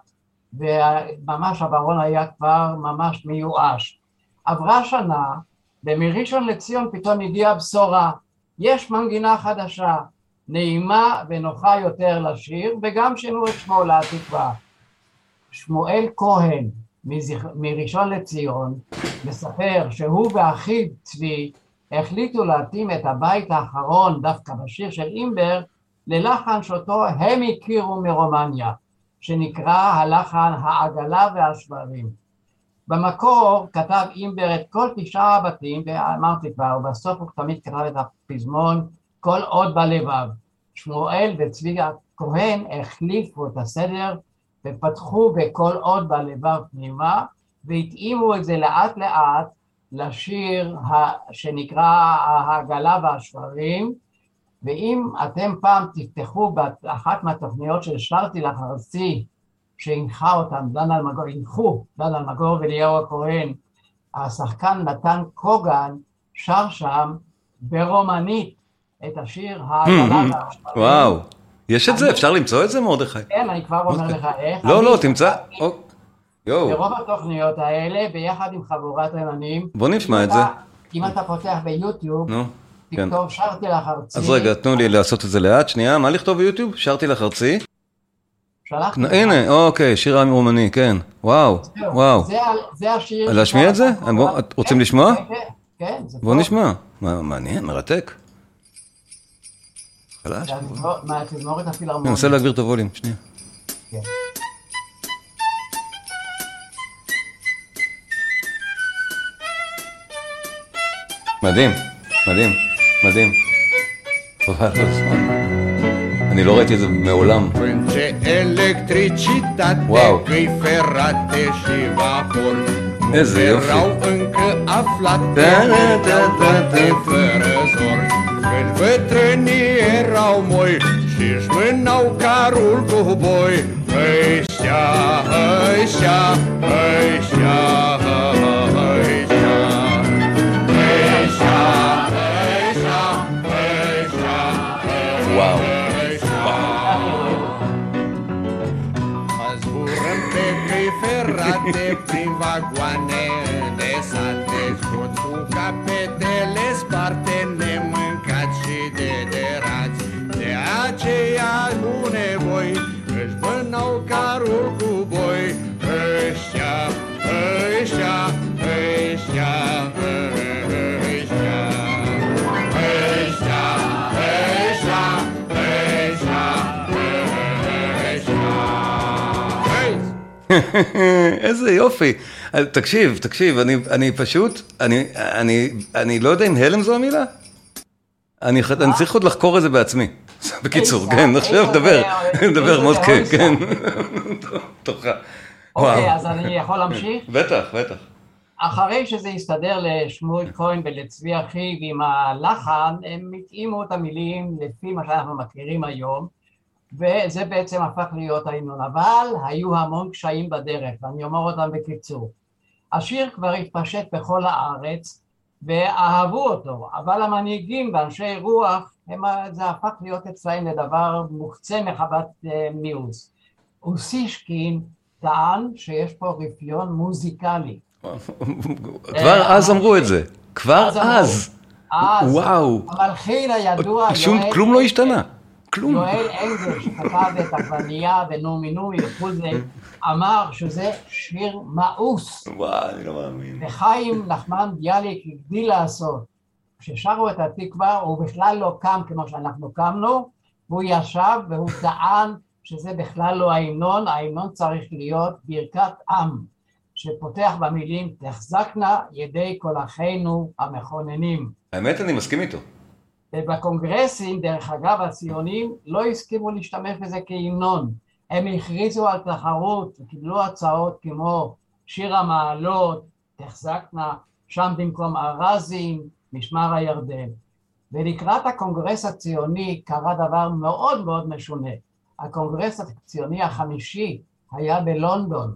וממש הברון היה כבר ממש מיואש. עברה שנה, ומראשון לציון פתאום הגיעה בשורה, יש מנגינה חדשה, נעימה ונוחה יותר לשיר, וגם שינו את שמו לתקווה. שמואל כהן מזיכ... מראשון לציון מספר שהוא ואחיו צבי החליטו להתאים את הבית האחרון דווקא בשיר של אימבר ללחן שאותו הם הכירו מרומניה, שנקרא הלחן העגלה והשברים. במקור כתב אימבר את כל תשעה הבתים, ואמרתי כבר, ובסוף הוא תמיד כתב את הפזמון כל עוד בלבב. שמואל וצבי כהן החליפו את הסדר ופתחו בכל עוד בלבב פנימה, והתאימו את זה לאט לאט לשיר שנקרא העגלה והשברים. ואם אתם פעם תפתחו באחת מהתוכניות של שרתי לך ארצי, שהנחה אותם דן אלמגור, הנחו דן אלמגור ואליהו הכהן, השחקן נתן קוגן שר שם ברומנית את השיר העגלה והשברים. וואו, יש את זה? אפשר למצוא את זה, מרדכי? כן, אני כבר אומר לך איך. לא, לא, תמצא. ברוב התוכניות האלה, ביחד עם חבורת עננים. בוא נשמע את זה. אם אתה פותח ביוטיוב, תכתוב שרתי לך ארצי. אז רגע, תנו לי לעשות את זה לאט, שנייה, מה לכתוב ביוטיוב? שרתי לך ארצי? שלחתי. הנה, אוקיי, שיר עם רומני, כן. וואו, וואו. זה השיר. להשמיע את זה? רוצים לשמוע? כן. בוא נשמע. מעניין, מרתק. חלש. מה, תזמורת הפילהרמונית. אני מנסה להגביר את הווליום, שנייה. כן. מדהים, מדהים, מדהים. אני לא ראיתי את זה מעולם. וואו. איזה יופי. Când bătrânii erau moi și-și mânau carul cu boi, ăștia, ăștia, ăștia, ăștia, ăștia, ăștia, ăștia, wow. ăștia. Zburrate prin vagoane lăsate, tot cu capetele sparte, nemâncat și de derați. De aceea nu nevoi își vânau carul cu boi. Ăștia, ăștia, ăștia, ăștia, ăștia, ăștia, ăștia, ăștia. איזה יופי. תקשיב, תקשיב, אני, אני פשוט, אני, אני, אני לא יודע אם הלם זו המילה. אני, אני צריך עוד לחקור את זה בעצמי. בקיצור, כן, עכשיו דבר, דבר מודקה, כן. תורך. אוקיי, אז אני יכול להמשיך? בטח, בטח. אחרי שזה הסתדר לשמואל כהן ולצבי אחיו עם הלחן, הם התאימו את המילים לפי מה שאנחנו מכירים היום, וזה בעצם הפך להיות ההמנון, אבל היו המון קשיים בדרך, ואני אומר אותם בקיצור. השיר כבר התפשט בכל הארץ, ואהבו אותו, אבל המנהיגים ואנשי רוח, הם, זה הפך להיות אצלהם לדבר מוחצה מחמת מיאוס. אוסישקין טען שיש פה רפיון מוזיקלי. כבר אז אמרו את זה, כבר אז. אז, וואו. המלחין הידוע, כלום לא השתנה. כלום. יואל אנגל, שכתב את עגבנייה ונעמי נעמי וכל זה, אמר שזה שיר מאוס. וואי, אני לא מאמין. וחיים נחמן ביאליק הגדיל לעשות. כששרו את התקווה, הוא בכלל לא קם כמו שאנחנו קמנו, והוא ישב והוא טען שזה בכלל לא ההמנון, ההמנון צריך להיות ברכת עם, שפותח במילים, תחזקנה ידי כל אחינו המכוננים. האמת, אני מסכים איתו. ובקונגרסים, דרך אגב, הציונים לא הסכימו להשתמש בזה כהמנון. הם הכריזו על תחרות וקיבלו הצעות כמו שיר המעלות, תחזקנה, שם במקום ארזים, משמר הירדן. ולקראת הקונגרס הציוני קרה דבר מאוד מאוד משונה. הקונגרס הציוני החמישי היה בלונדון.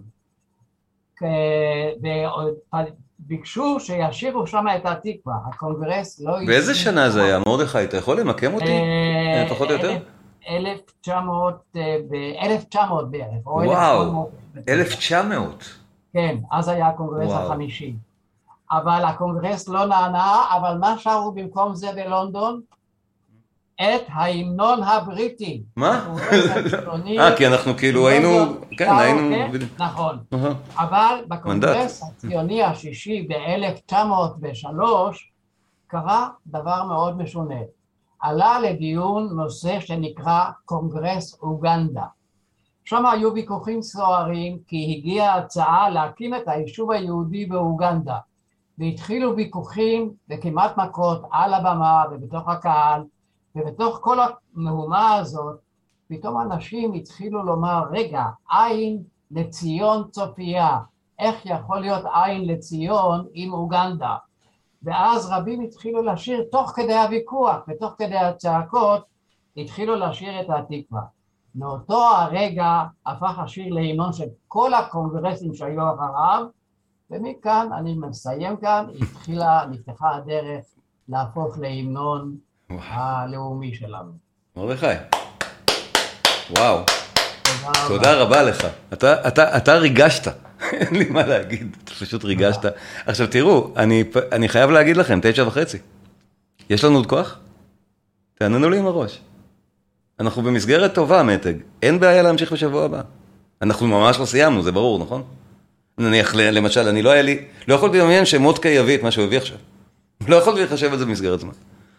ביקשו שישירו שם את התקווה, הקונגרס לא... באיזה שנה זה היה, מרדכי? אתה יכול למקם אותי? פחות או יותר? אלף תשע מאות, אלף תשע מאות בערך. וואו, אלף תשע מאות. כן, אז היה הקונגרס החמישי. אבל הקונגרס לא נענה, אבל מה שרו במקום זה בלונדון? את ההמנון הבריטי. מה? אה, כי אנחנו כאילו היינו... כן, היינו... נכון. אבל בקונגרס הציוני השישי ב-אלף תשע מאות ושלוש קרה דבר מאוד משונה. עלה לדיון נושא שנקרא קונגרס אוגנדה. שם היו ויכוחים סוערים כי הגיעה הצעה להקים את היישוב היהודי באוגנדה. והתחילו ויכוחים וכמעט מכות על הבמה ובתוך הקהל, ובתוך כל המהומה הזאת, פתאום אנשים התחילו לומר, רגע, עין לציון צופייה, איך יכול להיות עין לציון עם אוגנדה? ואז רבים התחילו לשיר תוך כדי הוויכוח, ותוך כדי הצעקות, התחילו לשיר את התקווה. מאותו הרגע הפך השיר להמנון של כל הקונגרסים שהיו אחריו, ומכאן, אני מסיים כאן, התחילה, נפתחה הדרך להפוך להמנון הלאומי שלנו. מרדכי, וואו, תודה רבה לך. אתה ריגשת, אין לי מה להגיד, אתה פשוט ריגשת. עכשיו תראו, אני חייב להגיד לכם, תשע וחצי. יש לנו עוד כוח? תעננו לי עם הראש. אנחנו במסגרת טובה, מתג. אין בעיה להמשיך בשבוע הבא. אנחנו ממש לא סיימנו, זה ברור, נכון? נניח, למשל, אני לא היה לי, לא יכולתי לדמיין שמודקה יביא את מה שהוא הביא עכשיו. לא יכולתי לחשב את זה במסגרת זמן.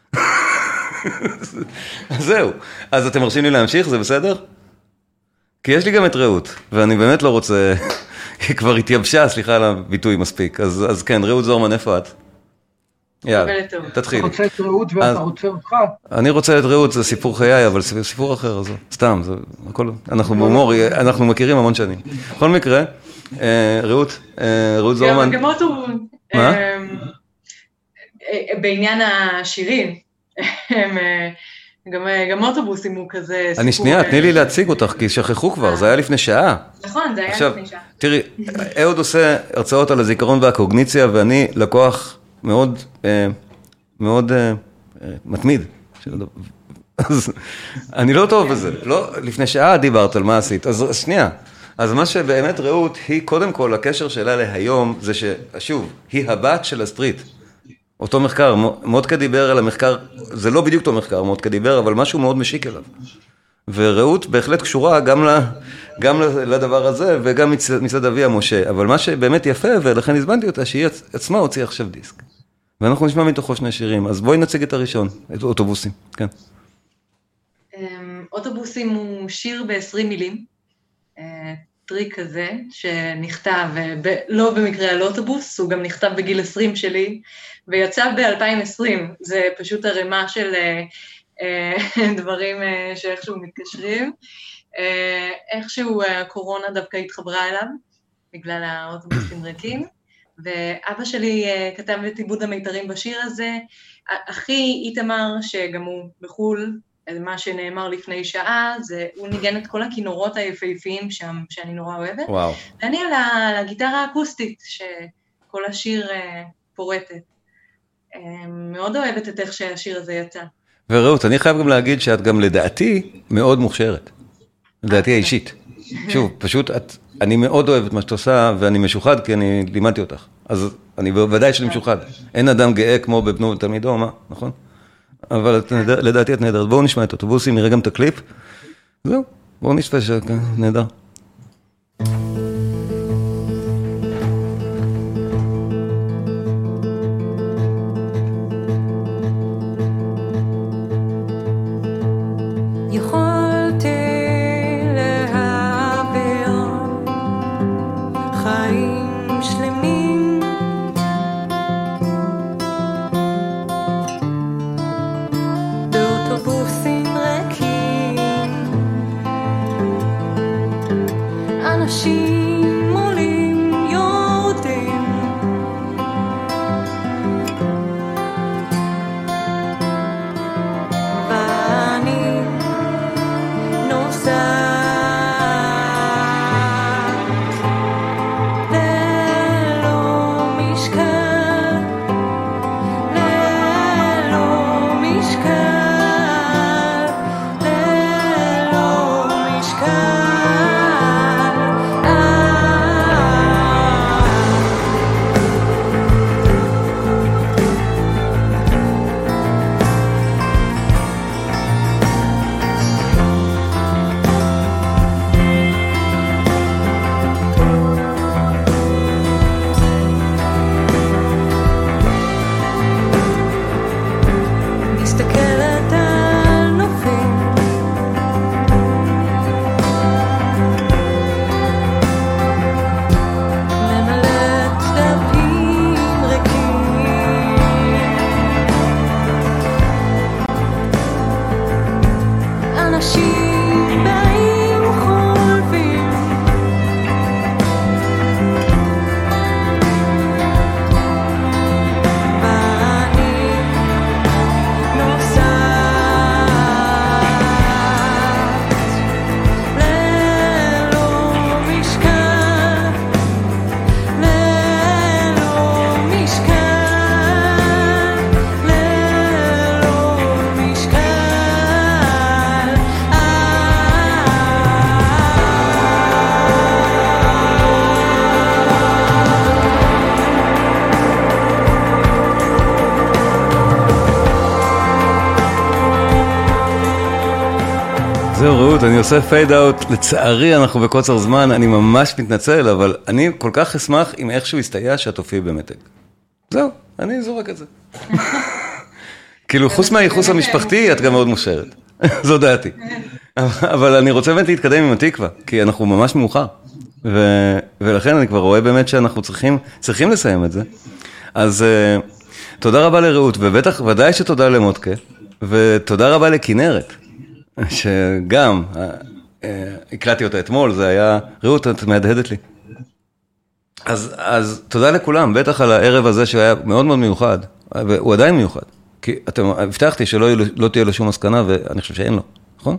אז זהו. אז אתם מרשים לי להמשיך, זה בסדר? כי יש לי גם את רעות, ואני באמת לא רוצה, היא כבר התייבשה, סליחה על הביטוי מספיק. אז, אז כן, רעות זורמן, איפה את? יאללה, תתחילי. אתה רוצה את רעות ואתה רוצה אותך? אני רוצה את רעות, זה סיפור חיי, אבל סיפור אחר, אז סתם, זה הכל, אנחנו בהומור, אנחנו מכירים המון שנים. בכל מקרה, רעות, רעות זורמן. גם אותו, בעניין השירים, גם אוטובוסים הוא כזה... אני שנייה, תני לי להציג אותך, כי שכחו כבר, זה היה לפני שעה. נכון, זה היה לפני שעה. תראי, אהוד עושה הרצאות על הזיכרון והקוגניציה, ואני לקוח מאוד, מאוד מתמיד. אז אני לא טוב בזה. לפני שעה דיברת על מה עשית, אז שנייה. אז מה שבאמת רעות, היא קודם כל, הקשר שלה להיום, זה ששוב, היא הבת של הסטריט. אותו מחקר, מודקה דיבר על המחקר, זה לא בדיוק אותו מחקר, מודקה דיבר, אבל משהו מאוד משיק אליו. ורעות בהחלט קשורה גם, ל, גם לדבר הזה, וגם מצד אביה משה. אבל מה שבאמת יפה, ולכן הזמנתי אותה, שהיא עצמה הוציאה עכשיו דיסק. ואנחנו נשמע מתוכו שני שירים. אז בואי נציג את הראשון, את אוטובוסים. כן. אוטובוסים הוא שיר ב-עשרים מילים. טריק כזה, שנכתב, לא במקרה על אוטובוס, הוא גם נכתב בגיל עשרים שלי, ויצא ב-אלפיים ועשרים. זה פשוט הרמה של דברים שאיכשהו מתקשרים. איכשהו הקורונה דווקא התחברה אליו, בגלל האוטובוסים ריקים, ואבא שלי כתב את עיבוד המיתרים בשיר הזה. אחי איתמר, שגם הוא בחול, מה שנאמר לפני שעה, זה, הוא ניגן את כל הכינורות היפהפיים שם, שאני נורא אוהבת. וואו. ואני על הגיטרה האקוסטית, שכל השיר פורטת. מאוד אוהבת את איך שהשיר הזה יצא. ורעות, אני חייב גם להגיד שאת גם לדעתי מאוד מוכשרת. לדעתי האישית. שוב, פשוט את, אני מאוד אוהבת מה שאת עושה, ואני משוחד כי אני לימדתי אותך. אז אני בוודאי שאני משוחד. אין אדם גאה כמו בבנו ותלמידו, מה? נכון? אבל לדעתי את נהדרת. בואו נשמע את אוטובוסים, נראה גם את הקליפ. זהו, בואו נשמע שנהדר. זהו רעות, אני עושה פייד אאוט, לצערי אנחנו בקוצר זמן, אני ממש מתנצל, אבל אני כל כך אשמח אם איכשהו יסתייע שאת תופיעי במתג. זהו, אני זורק את זה. כאילו, חוץ מהייחוס המשפחתי, את גם מאוד מושרת. זו דעתי. אבל אני רוצה באמת להתקדם עם התקווה, כי אנחנו ממש מאוחר. ולכן אני כבר רואה באמת שאנחנו צריכים, צריכים לסיים את זה. אז תודה רבה לרעות, ובטח, ודאי שתודה למודקה, ותודה רבה לכנרת. שגם, הקלטתי אותה אתמול, זה היה, רעות, את מהדהדת לי. אז, אז תודה לכולם, בטח על הערב הזה שהיה מאוד מאוד מיוחד, והוא עדיין מיוחד, כי אתם, הבטחתי שלא לא תהיה לו שום מסקנה, ואני חושב שאין לו, נכון?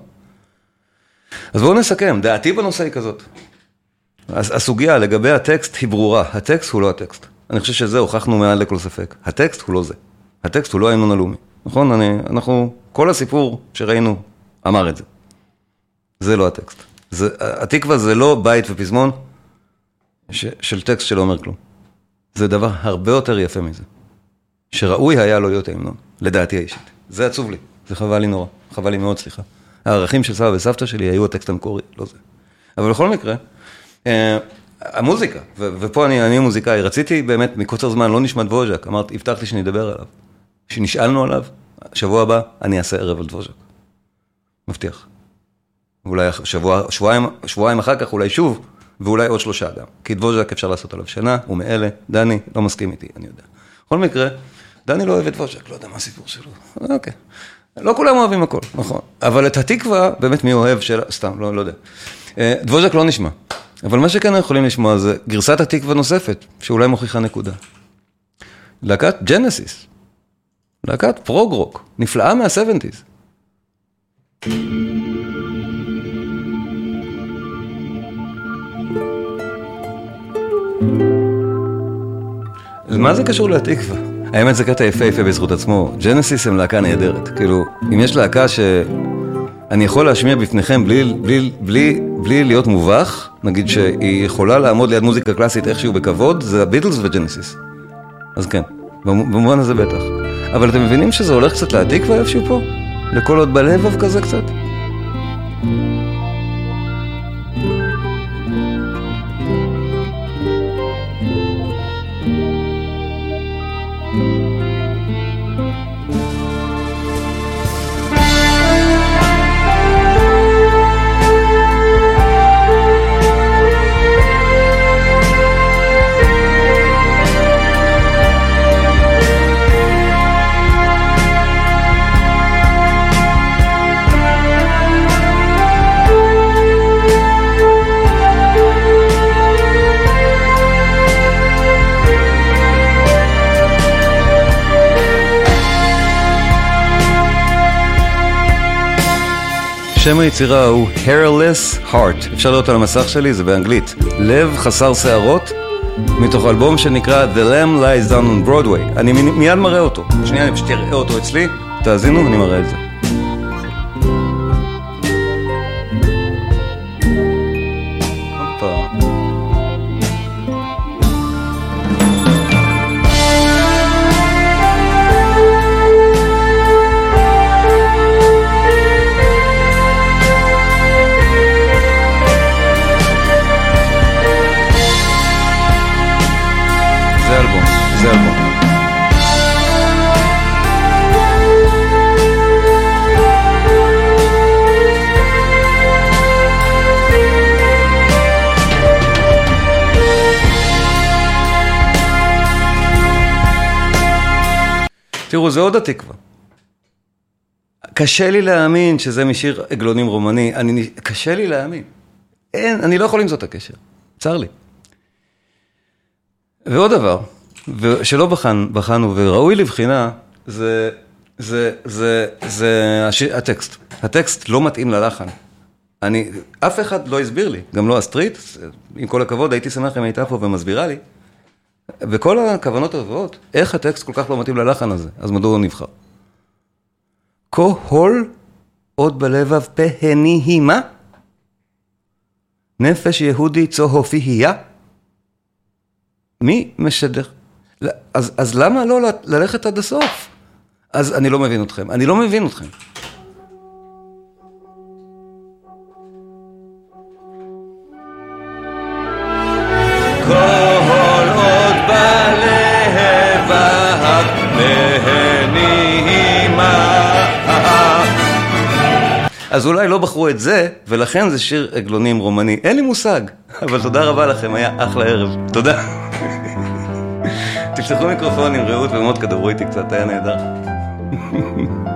אז בואו נסכם, דעתי בנושא היא כזאת. אז הסוגיה לגבי הטקסט היא ברורה, הטקסט הוא לא הטקסט. אני חושב שזה הוכחנו מעל לכל ספק. הטקסט הוא לא זה. הטקסט הוא לא ההמנון הלאומי. נכון? אני, אנחנו, כל הסיפור שראינו אמר את זה. זה לא הטקסט. זה, התקווה זה לא בית ופזמון ש, של טקסט שלא אומר כלום. זה דבר הרבה יותר יפה מזה. שראוי היה לו להיות ההמנון, לדעתי האישית. זה עצוב לי, זה חבל לי נורא, חבל לי מאוד, סליחה. הערכים של סבא וסבתא שלי היו הטקסט המקורי, לא זה. אבל בכל מקרה, המוזיקה, ופה אני, אני מוזיקאי, רציתי באמת, מקוצר זמן, לא נשמע דבוז'ק, אמרתי, הבטחתי שנדבר עליו, שנשאלנו עליו, שבוע הבא, אני אעשה ערב על דבוז'ק. מבטיח. אולי שבוע, שבועיים, שבועיים אחר כך, אולי שוב, ואולי עוד שלושה גם. כי דבוז'ק אפשר לעשות עליו שנה, הוא מאלה, דני, לא מסכים איתי, אני יודע. בכל מקרה, דני לא אוהב את דבוז'ק, לא יודע מה הסיפור שלו. אוקיי. לא כולם אוהבים הכל, נכון. אבל את התקווה, באמת מי אוהב של... סתם, לא, לא יודע. דבוז'ק לא נשמע. אבל מה שכן יכולים לשמוע זה גרסת התקווה נוספת, שאולי מוכיחה נקודה. להקת ג'נסיס. להקת פרוג-רוק, נפלאה מה-שבעים. מה זה קשור לתקווה? האמת זה קטע יפה יפה בזכות עצמו. ג'נסיס הם להקה נהדרת. כאילו, אם יש להקה שאני יכול להשמיע בפניכם בלי, בלי, בלי, בלי להיות מובך, נגיד שהיא יכולה לעמוד ליד מוזיקה קלאסית איכשהו בכבוד, זה הביטלס וג'נסיס. אז כן, במובן הזה בטח. אבל אתם מבינים שזה הולך קצת לתקווה איפשהו פה? לכל עוד בלבב כזה קצת? שם היצירה הוא Hairless Heart, אפשר לראות על המסך שלי, זה באנגלית, לב חסר שערות, מתוך אלבום שנקרא The Lamb Lies Down on Broadway. אני מיד מראה אותו, שנייה אני פשוט אראה אותו אצלי, תאזינו, אני מראה את זה. תראו, זה עוד התקווה. קשה לי להאמין שזה משיר עגלונים רומני. אני, קשה לי להאמין. אין, אני לא יכול למצוא את הקשר. צר לי. ועוד דבר, שלא בחן, בחנו וראוי לבחינה, זה, זה, זה, זה השיר, הטקסט. הטקסט לא מתאים ללחן. אני, אף אחד לא הסביר לי, גם לא הסטריט, עם כל הכבוד, הייתי שמח אם הייתה פה ומסבירה לי, וכל הכוונות הטובות, איך הטקסט כל כך לא מתאים ללחן הזה, אז מדוע הוא נבחר? כה הול עוד בלבב פהניהימה, נפש יהודי צהופיהיה, מי משדר? אז, אז למה לא ללכת עד הסוף? אז אני לא מבין אתכם, אני לא מבין אתכם. אז אולי לא בחרו את זה, ולכן זה שיר עגלונים רומני. אין לי מושג, אבל תודה רבה לכם, היה אחלה ערב. תודה. תפתחו מיקרופונים, רעות ומודקה, דברו איתי קצת, היה נהדר.